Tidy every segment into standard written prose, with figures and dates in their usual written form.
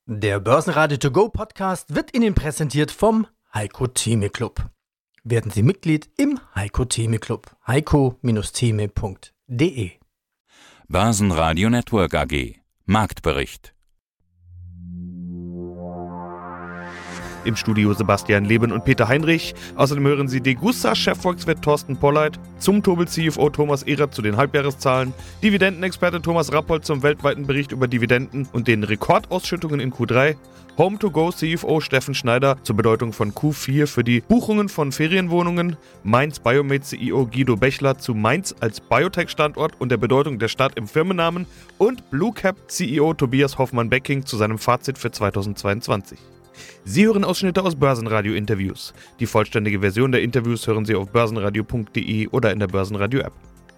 Der Börsenradio To Go Podcast wird Ihnen präsentiert vom Heiko Theme Club. Werden Sie Mitglied im Heiko Theme Club. heiko-theme.de. Börsenradio Network AG. Marktbericht. Im Studio Sebastian Leben und Peter Heinrich. Außerdem hören Sie Degussa-Chefvolkswirt Thorsten Polleit, Zumtobel-CFO Thomas Erath zu den Halbjahreszahlen, Dividendenexperte Thomas Rappold zum weltweiten Bericht über Dividenden und den Rekordausschüttungen in Q3, Home2Go-CFO Steffen Schneider zur Bedeutung von Q4 für die Buchungen von Ferienwohnungen, Mainz Biomed-CEO Guido Bechler zu Mainz als Biotech-Standort und der Bedeutung der Stadt im Firmennamen und BlueCap-CEO Tobias Hoffmann-Becking zu seinem Fazit für 2022. Sie hören Ausschnitte aus Börsenradio-Interviews. Die vollständige Version der Interviews hören Sie auf börsenradio.de oder in der Börsenradio-App.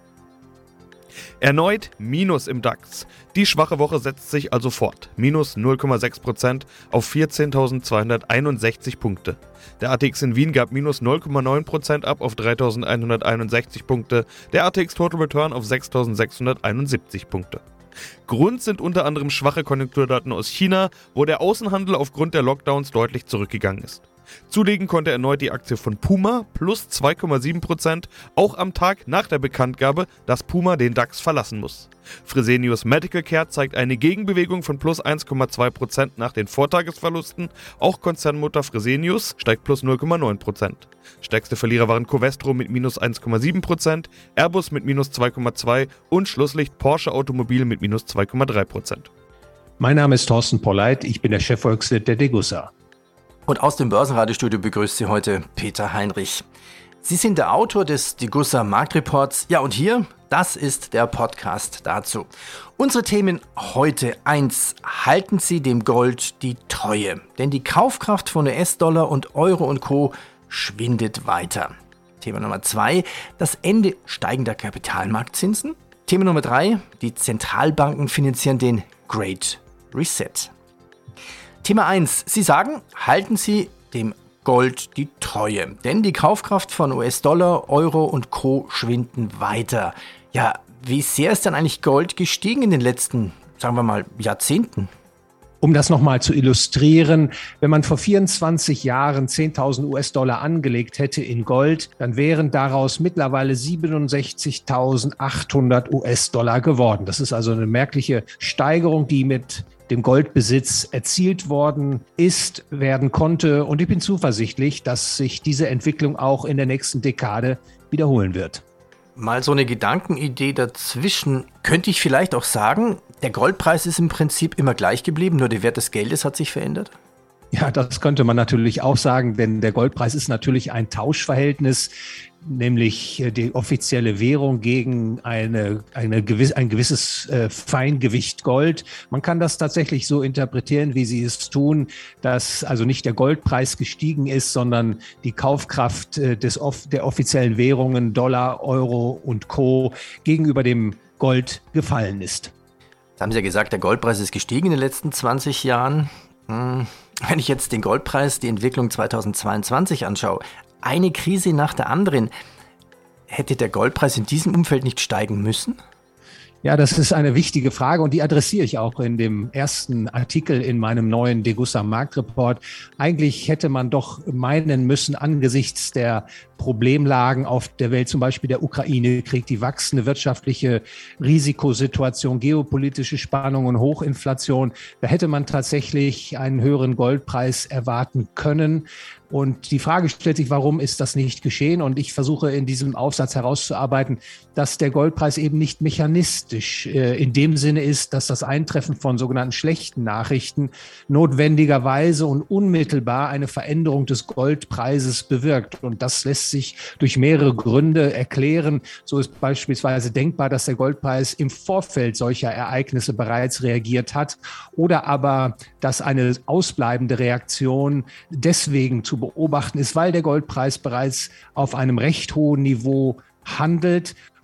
Erneut Minus im DAX. Die schwache Woche setzt sich also fort. Minus 0,6% auf 14.261 Punkte. Der ATX in Wien gab minus 0,9% ab auf 3.161 Punkte. Der ATX Total Return auf 6.671 Punkte. Grund sind unter anderem schwache Konjunkturdaten aus China, wo der Außenhandel aufgrund der Lockdowns deutlich zurückgegangen ist. Zulegen konnte erneut die Aktie von Puma plus 2,7%, auch am Tag nach der Bekanntgabe, dass Puma den DAX verlassen muss. Fresenius Medical Care zeigt eine Gegenbewegung von plus 1,2% nach den Vortagesverlusten. Auch Konzernmutter Fresenius steigt plus 0,9%. Stärkste Verlierer waren Covestro mit minus 1,7%, Airbus mit minus 2,2% und Schlusslicht Porsche Automobil mit minus 2,3%. Mein Name ist Thorsten Polleit, ich bin der Chefvolkswirt der Degussa. Und aus dem Börsenradiostudio begrüßt Sie heute Peter Heinrich. Sie sind der Autor des Degussa Marktreports. Ja, und hier, das ist der Podcast dazu. Unsere Themen heute: 1. Halten Sie dem Gold die Treue? Denn die Kaufkraft von US-Dollar und Euro und Co. schwindet weiter. Thema Nummer 2. Das Ende steigender Kapitalmarktzinsen. Thema Nummer 3. Die Zentralbanken finanzieren den Great Reset. Thema 1. Sie sagen, halten Sie dem Gold die Treue. Denn die Kaufkraft von US-Dollar, Euro und Co. schwinden weiter. Ja, wie sehr ist denn eigentlich Gold gestiegen in den letzten, sagen wir mal, Jahrzehnten? Um das nochmal zu illustrieren, wenn man vor 24 Jahren 10.000 US-Dollar angelegt hätte in Gold, dann wären daraus mittlerweile 67.800 US-Dollar geworden. Das ist also eine merkliche Steigerung, die mit dem Goldbesitz erzielt worden ist, werden konnte. Und ich bin zuversichtlich, dass sich diese Entwicklung auch in der nächsten Dekade wiederholen wird. Mal so eine Gedankenidee dazwischen. Könnte ich vielleicht auch sagen, der Goldpreis ist im Prinzip immer gleich geblieben, nur der Wert des Geldes hat sich verändert? Ja, das könnte man natürlich auch sagen, denn der Goldpreis ist natürlich ein Tauschverhältnis, nämlich die offizielle Währung gegen ein gewisses Feingewicht Gold. Man kann das tatsächlich so interpretieren, wie Sie es tun, dass also nicht der Goldpreis gestiegen ist, sondern die Kaufkraft der offiziellen Währungen Dollar, Euro und Co. gegenüber dem Gold gefallen ist. Da haben Sie ja gesagt, der Goldpreis ist gestiegen in den letzten 20 Jahren. Wenn ich jetzt den Goldpreis, die Entwicklung 2022 anschaue, eine Krise nach der anderen, hätte der Goldpreis in diesem Umfeld nicht steigen müssen? Ja, das ist eine wichtige Frage und die adressiere ich auch in dem ersten Artikel in meinem neuen Degussa Marktreport. Eigentlich hätte man doch meinen müssen, angesichts der Problemlagen auf der Welt, zum Beispiel der Ukraine-Krieg, die wachsende wirtschaftliche Risikosituation, geopolitische Spannungen, Hochinflation, da hätte man tatsächlich einen höheren Goldpreis erwarten können. Und die Frage stellt sich, warum ist das nicht geschehen? Und ich versuche in diesem Aufsatz herauszuarbeiten, dass der Goldpreis eben nicht mechanistisch in dem Sinne ist, dass das Eintreffen von sogenannten schlechten Nachrichten notwendigerweise und unmittelbar eine Veränderung des Goldpreises bewirkt. Und das lässt sich durch mehrere Gründe erklären. So ist beispielsweise denkbar, dass der Goldpreis im Vorfeld solcher Ereignisse bereits reagiert hat oder aber, dass eine ausbleibende Reaktion deswegen zu beobachten ist, weil der Goldpreis bereits auf einem recht hohen Niveau handelt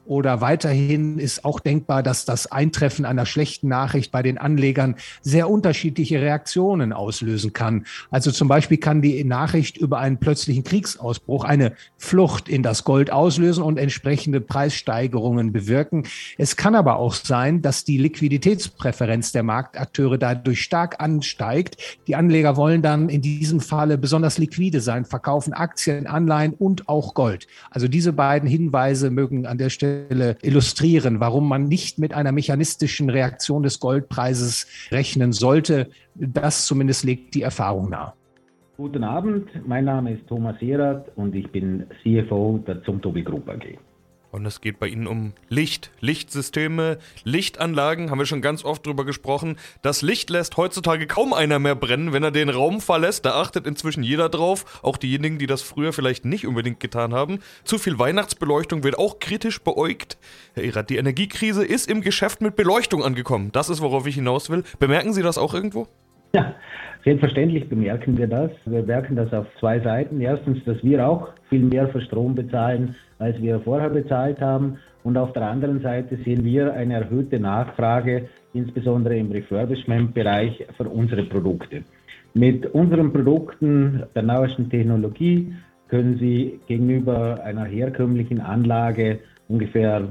Oder weiterhin ist auch denkbar, dass das Eintreffen einer schlechten Nachricht bei den Anlegern sehr unterschiedliche Reaktionen auslösen kann. Also zum Beispiel kann die Nachricht über einen plötzlichen Kriegsausbruch eine Flucht in das Gold auslösen und entsprechende Preissteigerungen bewirken. Es kann aber auch sein, dass die Liquiditätspräferenz der Marktakteure dadurch stark ansteigt. Die Anleger wollen dann in diesem Falle besonders liquide sein, verkaufen Aktien, Anleihen und auch Gold. Also diese beiden Hinweise mögen an der Stelle illustrieren, warum man nicht mit einer mechanistischen Reaktion des Goldpreises rechnen sollte. Das zumindest legt die Erfahrung nahe. Guten Abend, mein Name ist Thomas Erath und ich bin CFO der Zumtobel Group AG. Und es geht bei Ihnen um Licht, Lichtsysteme, Lichtanlagen, haben wir schon ganz oft drüber gesprochen. Das Licht lässt heutzutage kaum einer mehr brennen, wenn er den Raum verlässt. Da achtet inzwischen jeder drauf, auch diejenigen, die das früher vielleicht nicht unbedingt getan haben. Zu viel Weihnachtsbeleuchtung wird auch kritisch beäugt. Herr Erath, die Energiekrise ist im Geschäft mit Beleuchtung angekommen. Das ist, worauf ich hinaus will. Bemerken Sie das auch irgendwo? Ja, selbstverständlich bemerken wir das. Wir merken das auf zwei Seiten. Erstens, dass wir auch viel mehr für Strom bezahlen, als wir vorher bezahlt haben. Und auf der anderen Seite sehen wir eine erhöhte Nachfrage, insbesondere im Refurbishment-Bereich für unsere Produkte. Mit unseren Produkten der neuesten Technologie können Sie gegenüber einer herkömmlichen Anlage ungefähr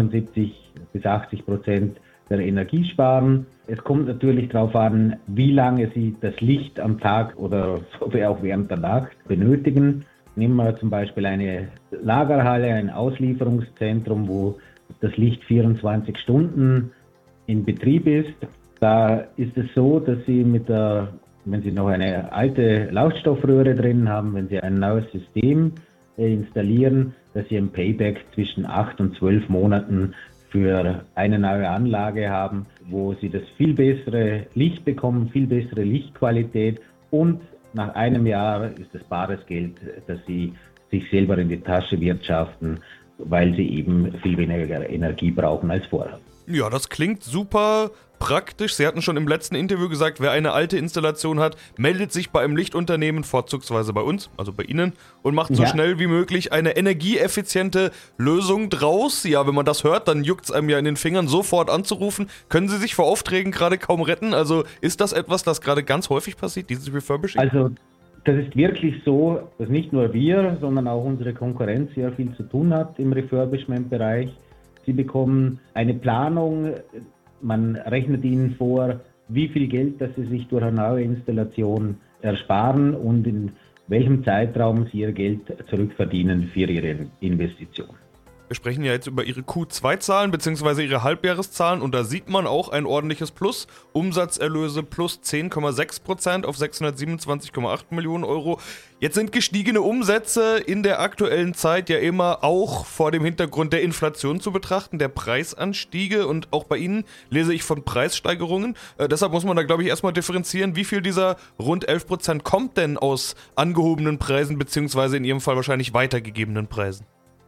75-80% der Energie sparen. Es kommt natürlich darauf an, wie lange Sie das Licht am Tag oder auch während der Nacht benötigen. Nehmen wir zum Beispiel eine Lagerhalle, ein Auslieferungszentrum, wo das Licht 24 Stunden in Betrieb ist. Da ist es so, dass Sie wenn Sie noch eine alte Leuchtstoffröhre drin haben, wenn Sie ein neues System installieren, dass Sie ein Payback zwischen 8 und 12 Monaten für eine neue Anlage haben, wo Sie das viel bessere Licht bekommen, viel bessere Lichtqualität und nach einem Jahr ist das bares Geld, dass Sie sich selber in die Tasche wirtschaften, weil Sie eben viel weniger Energie brauchen als vorher. Ja, das klingt super praktisch. Sie hatten schon im letzten Interview gesagt, wer eine alte Installation hat, meldet sich bei einem Lichtunternehmen, vorzugsweise bei uns, also bei Ihnen, und macht so schnell wie möglich eine energieeffiziente Lösung draus. Ja, wenn man das hört, dann juckt es einem ja in den Fingern, sofort anzurufen. Können Sie sich vor Aufträgen gerade kaum retten? Also ist das etwas, das gerade ganz häufig passiert, dieses Refurbishing? Also das ist wirklich so, dass nicht nur wir, sondern auch unsere Konkurrenz sehr viel zu tun hat im Refurbishment-Bereich. Sie bekommen eine Planung, man rechnet ihnen vor, wie viel Geld, das sie sich durch eine neue Installation ersparen und in welchem Zeitraum sie ihr Geld zurückverdienen für ihre Investition. Wir sprechen ja jetzt über Ihre Q2-Zahlen bzw. Ihre Halbjahreszahlen und da sieht man auch ein ordentliches Plus. Umsatzerlöse plus 10,6% auf 627,8 Millionen Euro. Jetzt sind gestiegene Umsätze in der aktuellen Zeit ja immer auch vor dem Hintergrund der Inflation zu betrachten, der Preisanstiege und auch bei Ihnen lese ich von Preissteigerungen. Deshalb muss man da, glaube ich, erstmal differenzieren, wie viel dieser rund 11% kommt denn aus angehobenen Preisen bzw. in Ihrem Fall wahrscheinlich weitergegebenen Preisen?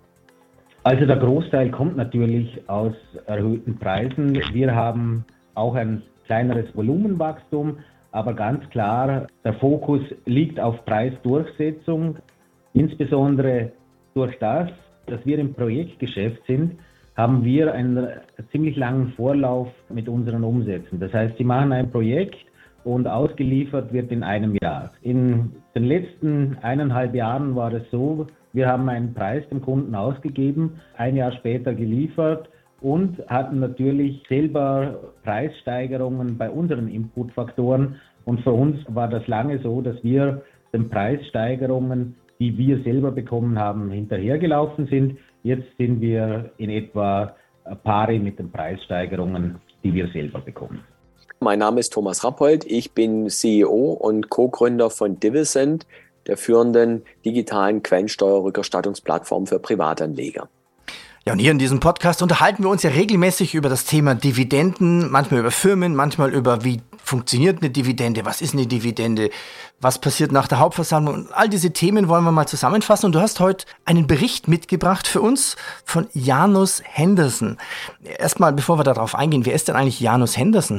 Also der Großteil kommt natürlich aus erhöhten Preisen. Wir haben auch ein kleineres Volumenwachstum, aber ganz klar, der Fokus liegt auf Preisdurchsetzung, insbesondere durch das, dass wir im Projektgeschäft sind, haben wir einen ziemlich langen Vorlauf mit unseren Umsätzen. Das heißt, Sie machen ein Projekt und ausgeliefert wird in einem Jahr. In den letzten 1,5 Jahren war es so, wir haben einen Preis dem Kunden ausgegeben, ein Jahr später geliefert und hatten natürlich selber Preissteigerungen bei unseren Inputfaktoren. Und für uns war das lange so, dass wir den Preissteigerungen, die wir selber bekommen haben, hinterhergelaufen sind. Jetzt sind wir in etwa pari mit den Preissteigerungen, die wir selber bekommen. Mein Name ist Thomas Rappold, ich bin CEO und Co-Gründer von Divizend, der führenden digitalen Quellensteuerrückerstattungsplattform für Privatanleger. Ja, und hier in diesem Podcast unterhalten wir uns ja regelmäßig über das Thema Dividenden, manchmal über Firmen, manchmal über wie funktioniert eine Dividende, was ist eine Dividende, was passiert nach der Hauptversammlung und all diese Themen wollen wir mal zusammenfassen und du hast heute einen Bericht mitgebracht für uns von Janus Henderson. Erstmal, bevor wir darauf eingehen, wer ist denn eigentlich Janus Henderson?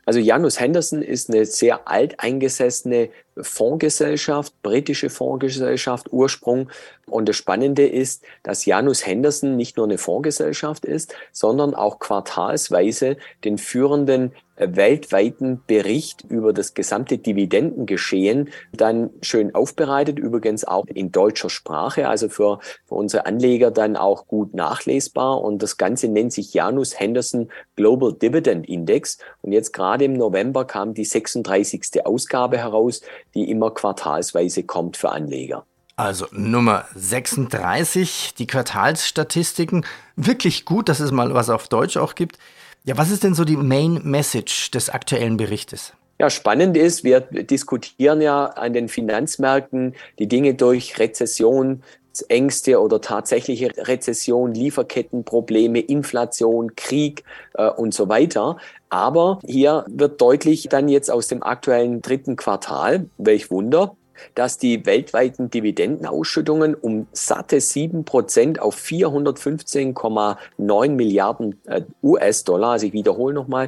Also Janus Henderson ist eine sehr alteingesessene Fondsgesellschaft, britische Fondsgesellschaft, Ursprung. Und das Spannende ist, dass Janus Henderson nicht nur eine Fondsgesellschaft ist, sondern auch quartalsweise den führenden weltweiten Bericht über das gesamte Dividendengeschehen dann schön aufbereitet, übrigens auch in deutscher Sprache, also für unsere Anleger dann auch gut nachlesbar. Und das Ganze nennt sich Janus Henderson Global Dividend Index. Und jetzt gerade im November kam die 36. Ausgabe heraus, die immer quartalsweise kommt für Anleger. Also Nummer 36, die Quartalsstatistiken. Wirklich gut, dass es mal was auf Deutsch auch gibt. Ja, was ist denn so die Main Message des aktuellen Berichtes? Ja, spannend ist, wir diskutieren ja an den Finanzmärkten die Dinge durch Rezessionsängste oder tatsächliche Rezession, Lieferkettenprobleme, Inflation, Krieg und so weiter. Aber hier wird deutlich dann jetzt aus dem aktuellen 3. Quartal, welch Wunder, dass die weltweiten Dividendenausschüttungen um satte 7% auf 415,9 Milliarden US-Dollar, also ich wiederhole nochmal,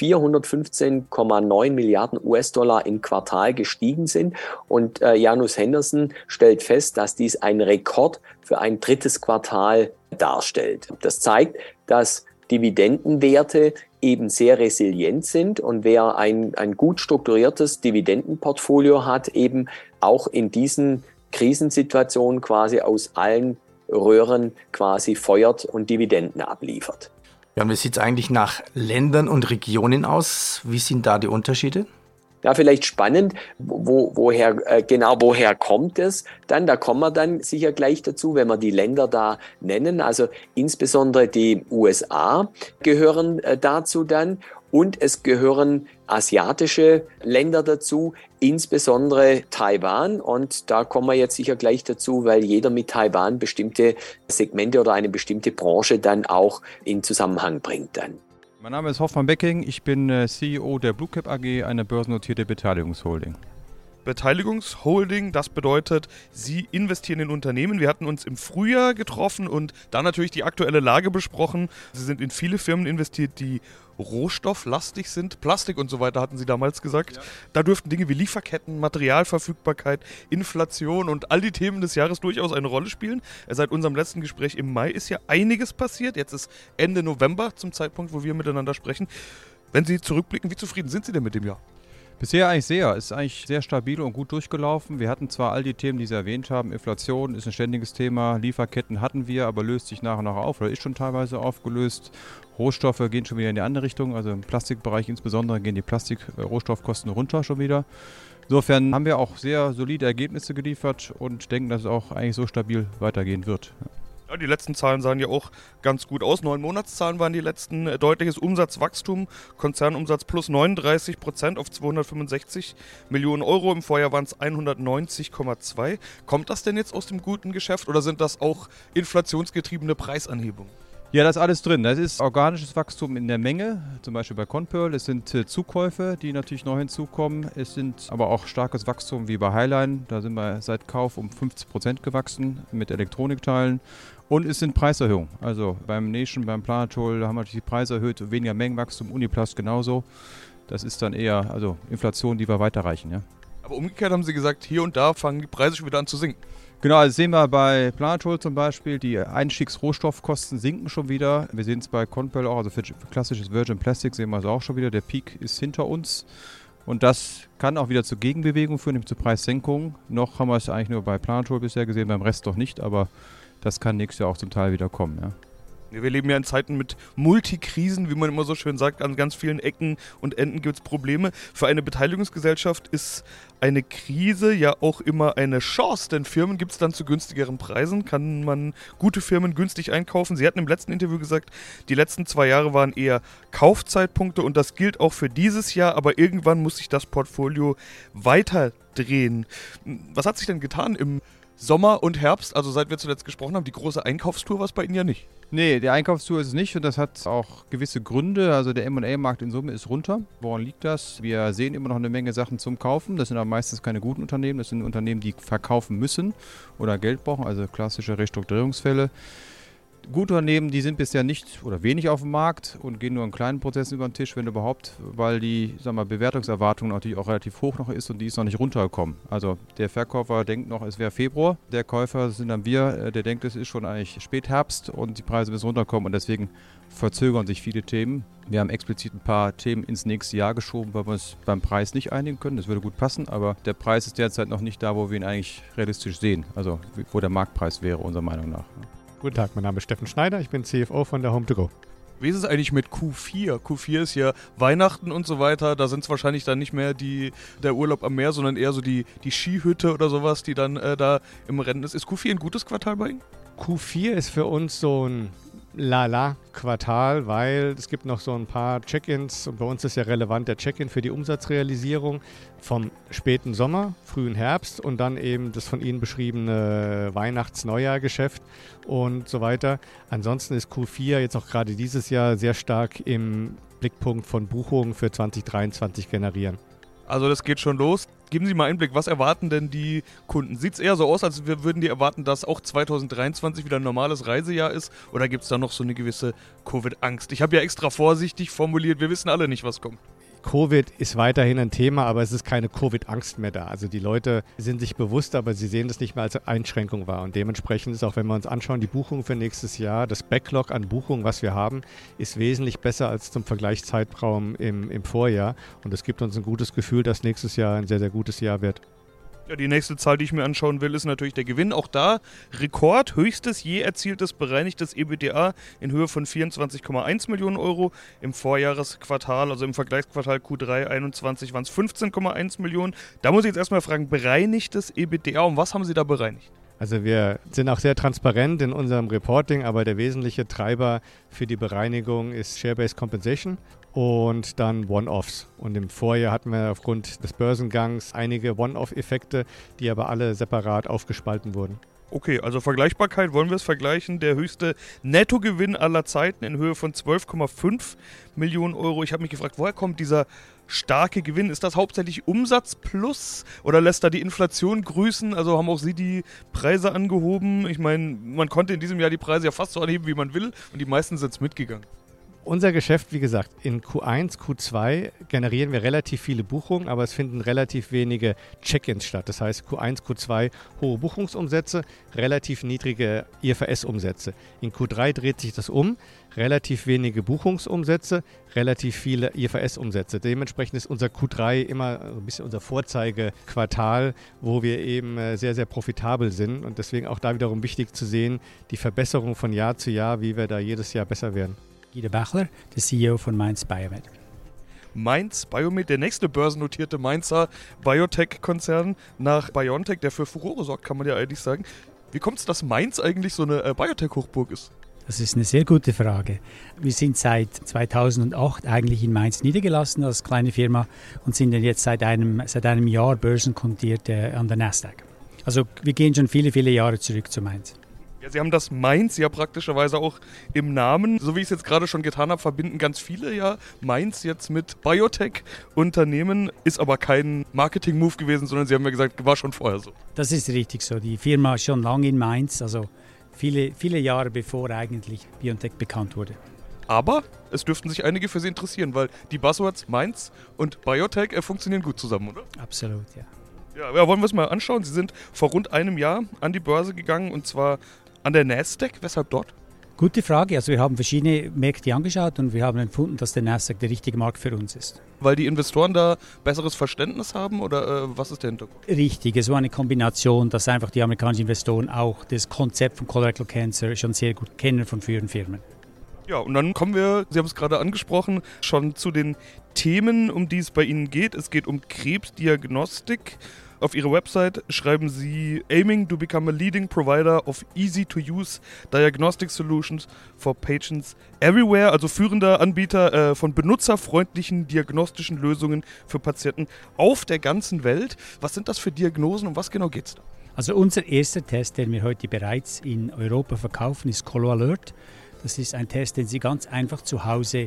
415,9 Milliarden US-Dollar im Quartal gestiegen sind. Und Janus Henderson stellt fest, dass dies ein Rekord für ein 3. Quartal darstellt. Das zeigt, dass Dividendenwerte eben sehr resilient sind und wer ein gut strukturiertes Dividendenportfolio hat, eben auch in diesen Krisensituationen quasi aus allen Röhren quasi feuert und Dividenden abliefert. Ja, und wie sieht es eigentlich nach Ländern und Regionen aus? Wie sind da die Unterschiede? Ja, vielleicht spannend, woher kommt es dann? Da kommen wir dann sicher gleich dazu, wenn wir die Länder da nennen. Also insbesondere die USA gehören dazu dann und es gehören asiatische Länder dazu, insbesondere Taiwan. Und da kommen wir jetzt sicher gleich dazu, weil jeder mit Taiwan bestimmte Segmente oder eine bestimmte Branche dann auch in Zusammenhang bringt dann. Mein Name ist Hoffmann Becking, ich bin CEO der Bluecap AG, eine börsennotierte Beteiligungsholding. Beteiligungsholding, das bedeutet, Sie investieren in Unternehmen. Wir hatten uns im Frühjahr getroffen und da natürlich die aktuelle Lage besprochen. Sie sind in viele Firmen investiert, die rohstofflastig sind. Plastik und so weiter hatten Sie damals gesagt. Ja. Da dürften Dinge wie Lieferketten, Materialverfügbarkeit, Inflation und all die Themen des Jahres durchaus eine Rolle spielen. Seit unserem letzten Gespräch im Mai ist ja einiges passiert. Jetzt ist Ende November zum Zeitpunkt, wo wir miteinander sprechen. Wenn Sie zurückblicken, wie zufrieden sind Sie denn mit dem Jahr? Bisher eigentlich sehr. Es ist eigentlich sehr stabil und gut durchgelaufen. Wir hatten zwar all die Themen, die Sie erwähnt haben. Inflation ist ein ständiges Thema. Lieferketten hatten wir, aber löst sich nach und nach auf oder ist schon teilweise aufgelöst. Rohstoffe gehen schon wieder in die andere Richtung. Also im Plastikbereich insbesondere gehen die Plastikrohstoffkosten runter schon wieder. Insofern haben wir auch sehr solide Ergebnisse geliefert und denken, dass es auch eigentlich so stabil weitergehen wird. Ja, die letzten Zahlen sahen ja auch ganz gut aus. 9 Monatszahlen waren die letzten. Deutliches Umsatzwachstum, Konzernumsatz plus 39% auf 265 Millionen Euro. Im Vorjahr waren es 190,2. Kommt das denn jetzt aus dem guten Geschäft oder sind das auch inflationsgetriebene Preisanhebungen? Ja, da ist alles drin. Das ist organisches Wachstum in der Menge, zum Beispiel bei Conpearl. Es sind Zukäufe, die natürlich neu hinzukommen. Es sind aber auch starkes Wachstum wie bei Highline. Da sind wir seit Kauf um 50% gewachsen mit Elektronikteilen. Und es sind Preiserhöhungen. Also beim Nation, beim Planetol, da haben wir natürlich die Preise erhöht, weniger Mengenwachstum, Uniplast genauso. Das ist dann eher Inflation, die wir weiterreichen. Ja. Aber umgekehrt haben Sie gesagt, hier und da fangen die Preise schon wieder an zu sinken. Genau, das sehen wir bei Planetol zum Beispiel, die Einstiegsrohstoffkosten sinken schon wieder. Wir sehen es bei Conpearl auch, also für klassisches Virgin Plastic sehen wir es auch schon wieder. Der Peak ist hinter uns und das kann auch wieder zu Gegenbewegung führen, nämlich zu Preissenkungen. Noch haben wir es eigentlich nur bei Planetol bisher gesehen, beim Rest noch nicht, aber das kann nächstes Jahr auch zum Teil wieder kommen. Ja. Wir leben ja in Zeiten mit Multikrisen, wie man immer so schön sagt. An ganz vielen Ecken und Enden gibt es Probleme. Für eine Beteiligungsgesellschaft ist eine Krise ja auch immer eine Chance, denn Firmen gibt es dann zu günstigeren Preisen, kann man gute Firmen günstig einkaufen. Sie hatten im letzten Interview gesagt, die letzten 2 Jahre waren eher Kaufzeitpunkte und das gilt auch für dieses Jahr, aber irgendwann muss sich das Portfolio weiterdrehen. Was hat sich denn getan im Sommer und Herbst, also seit wir zuletzt gesprochen haben, die große Einkaufstour war es bei Ihnen ja nicht? Nee, die Einkaufstour ist es nicht und das hat auch gewisse Gründe. Also der M&A-Markt in Summe ist runter. Woran liegt das? Wir sehen immer noch eine Menge Sachen zum Kaufen. Das sind aber meistens keine guten Unternehmen. Das sind Unternehmen, die verkaufen müssen oder Geld brauchen, also klassische Restrukturierungsfälle. Gute Unternehmen, die sind bisher nicht oder wenig auf dem Markt und gehen nur in kleinen Prozessen über den Tisch, wenn überhaupt, weil die Bewertungserwartung natürlich auch relativ hoch noch ist und die ist noch nicht runtergekommen. Also der Verkäufer denkt noch, es wäre Februar, der Käufer sind dann wir, der denkt, es ist schon eigentlich Spätherbst und die Preise müssen runterkommen und deswegen verzögern sich viele Themen. Wir haben explizit ein paar Themen ins nächste Jahr geschoben, weil wir uns beim Preis nicht einigen können. Das würde gut passen, aber der Preis ist derzeit noch nicht da, wo wir ihn eigentlich realistisch sehen. Also wo der Marktpreis wäre, unserer Meinung nach. Guten Tag, mein Name ist Steffen Schneider, ich bin CFO von der Home2Go. Wie ist es eigentlich mit Q4? Q4 ist ja Weihnachten und so weiter. Da sind es wahrscheinlich dann nicht mehr der Urlaub am Meer, sondern eher so die Skihütte oder sowas, die dann da im Rennen ist. Ist Q4 ein gutes Quartal bei Ihnen? Q4 ist für uns so ein Quartal, weil es gibt noch so ein paar Check-ins und bei uns ist ja relevant der Check-in für die Umsatzrealisierung vom späten Sommer, frühen Herbst und dann eben das von Ihnen beschriebene Weihnachts-Neujahr-Geschäft und so weiter. Ansonsten ist Q4 jetzt auch gerade dieses Jahr sehr stark im Blickpunkt von Buchungen für 2023 generieren. Also das geht schon los. Geben Sie mal Einblick, was erwarten denn die Kunden? Sieht es eher so aus, als würden die erwarten, dass auch 2023 wieder ein normales Reisejahr ist? Oder gibt es da noch so eine gewisse Covid-Angst? Ich habe ja extra vorsichtig formuliert, wir wissen alle nicht, was kommt. Covid ist weiterhin ein Thema, aber es ist keine Covid-Angst mehr da. Also die Leute sind sich bewusst, aber sie sehen das nicht mehr als Einschränkung wahr. Und dementsprechend ist auch, wenn wir uns anschauen, die Buchung für nächstes Jahr, das Backlog an Buchungen, was wir haben, ist wesentlich besser als zum Vergleichszeitraum im Vorjahr. Und es gibt uns ein gutes Gefühl, dass nächstes Jahr ein sehr, sehr gutes Jahr wird. Ja, die nächste Zahl, die ich mir anschauen will, ist natürlich der Gewinn. Auch da Rekord, höchstes je erzieltes bereinigtes EBITDA in Höhe von 24,1 Millionen Euro. Im Vorjahresquartal, also im Vergleichsquartal Q3 21 waren es 15,1 Millionen. Da muss ich jetzt erstmal fragen, bereinigtes EBITDA, um was haben Sie da bereinigt? Also wir sind auch sehr transparent in unserem Reporting, aber der wesentliche Treiber für die Bereinigung ist Share-Based Compensation und dann One-Offs. Und im Vorjahr hatten wir aufgrund des Börsengangs einige One-Off-Effekte, die aber alle separat aufgespalten wurden. Okay, also Vergleichbarkeit, wollen wir es vergleichen? Der höchste Nettogewinn aller Zeiten in Höhe von 12,5 Millionen Euro. Ich habe mich gefragt, woher kommt dieser starke Gewinn? Ist das hauptsächlich Umsatz plus oder lässt da die Inflation grüßen? Also haben auch Sie die Preise angehoben? Ich meine, man konnte in diesem Jahr die Preise ja fast so anheben, wie man will und die meisten sind mitgegangen. Unser Geschäft, wie gesagt, in Q1, Q2 generieren wir relativ viele Buchungen, aber es finden relativ wenige Check-ins statt. Das heißt Q1, Q2 hohe Buchungsumsätze, relativ niedrige IFRS-Umsätze. In Q3 dreht sich das um, relativ wenige Buchungsumsätze, relativ viele IFRS-Umsätze. Dementsprechend ist unser Q3 immer ein bisschen unser Vorzeigequartal, wo wir eben sehr, sehr profitabel sind und deswegen auch da wiederum wichtig zu sehen, die Verbesserung von Jahr zu Jahr, wie wir da jedes Jahr besser werden. Guido Bachler, der CEO von Mainz Biomed. Mainz Biomed, der nächste börsennotierte Mainzer Biotech-Konzern nach BioNTech, der für Furore sorgt, kann man ja eigentlich sagen. Wie kommt es, dass Mainz eigentlich so eine Biotech-Hochburg ist? Das ist eine sehr gute Frage. Wir sind seit 2008 eigentlich in Mainz niedergelassen als kleine Firma und sind dann jetzt seit einem Jahr börsenkotiert an der Nasdaq. Also wir gehen schon viele, viele Jahre zurück zu Mainz. Ja, Sie haben das Mainz ja praktischerweise auch im Namen. So wie ich es jetzt gerade schon getan habe, verbinden ganz viele ja Mainz jetzt mit Biotech-Unternehmen. Ist aber kein Marketing-Move gewesen, sondern Sie haben ja gesagt, war schon vorher so. Das ist richtig so. Die Firma ist schon lange in Mainz, also viele, viele Jahre bevor eigentlich BioNTech bekannt wurde. Aber es dürften sich einige für Sie interessieren, weil die Buzzwords Mainz und Biotech funktionieren gut zusammen, oder? Absolut, ja. Ja, wollen wir es mal anschauen. Sie sind vor rund einem Jahr an die Börse gegangen und zwar an der Nasdaq. Weshalb dort? Gute Frage. Also wir haben verschiedene Märkte angeschaut und wir haben empfunden, dass der Nasdaq der richtige Markt für uns ist. Weil die Investoren da besseres Verständnis haben oder was ist der Hintergrund? Richtig, es war eine Kombination, dass einfach die amerikanischen Investoren auch das Konzept von Colorectal Cancer schon sehr gut kennen von früheren Firmen. Ja, und dann kommen wir, Sie haben es gerade angesprochen, schon zu den Themen, um die es bei Ihnen geht. Es geht um Krebsdiagnostik. Auf Ihrer Website schreiben Sie aiming to become a leading provider of easy-to-use diagnostic solutions for patients everywhere, also führender Anbieter von benutzerfreundlichen diagnostischen Lösungen für Patienten auf der ganzen Welt. Was sind das für Diagnosen und was genau geht es da? Also unser erster Test, den wir heute bereits in Europa verkaufen, ist ColoAlert. Das ist ein Test, den Sie ganz einfach zu Hause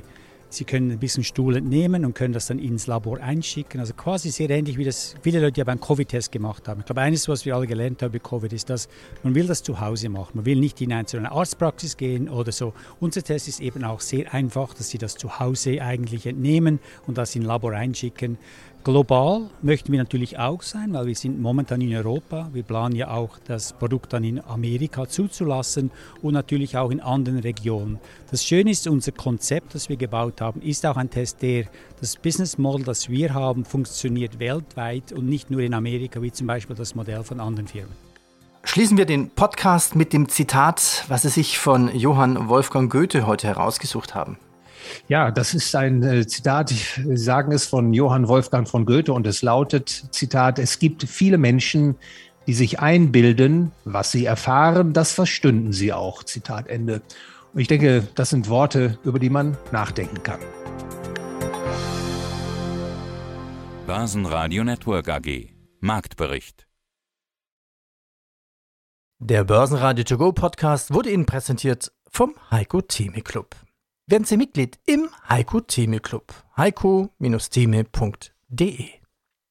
Sie können ein bisschen Stuhl entnehmen und können das dann ins Labor einschicken. Also quasi sehr ähnlich, wie das viele Leute ja beim Covid-Test gemacht haben. Ich glaube, eines, was wir alle gelernt haben bei Covid, ist, dass man will das zu Hause machen. Man will nicht in eine Arztpraxis gehen oder so. Unser Test ist eben auch sehr einfach, dass Sie das zu Hause eigentlich entnehmen und das in ein Labor einschicken. Global möchten wir natürlich auch sein, weil wir sind momentan in Europa. Wir planen ja auch, das Produkt dann in Amerika zuzulassen und natürlich auch in anderen Regionen. Das Schöne ist, unser Konzept, das wir gebaut haben, ist auch ein Test, das Business Model, das wir haben, funktioniert weltweit und nicht nur in Amerika, wie zum Beispiel das Modell von anderen Firmen. Schließen wir den Podcast mit dem Zitat, was Sie sich von Johann Wolfgang Goethe heute herausgesucht haben. Ja, das ist ein Zitat, Sie sagen es, von Johann Wolfgang von Goethe und es lautet, Zitat, es gibt viele Menschen, die sich einbilden, was sie erfahren, das verstünden sie auch, Zitat Ende. Und ich denke, das sind Worte, über die man nachdenken kann. Börsenradio Network AG. Marktbericht. Der Börsenradio To Go Podcast wurde Ihnen präsentiert vom Heiko Theme Club. Werden Sie Mitglied im Heiko Theme Club. heiko-theme.de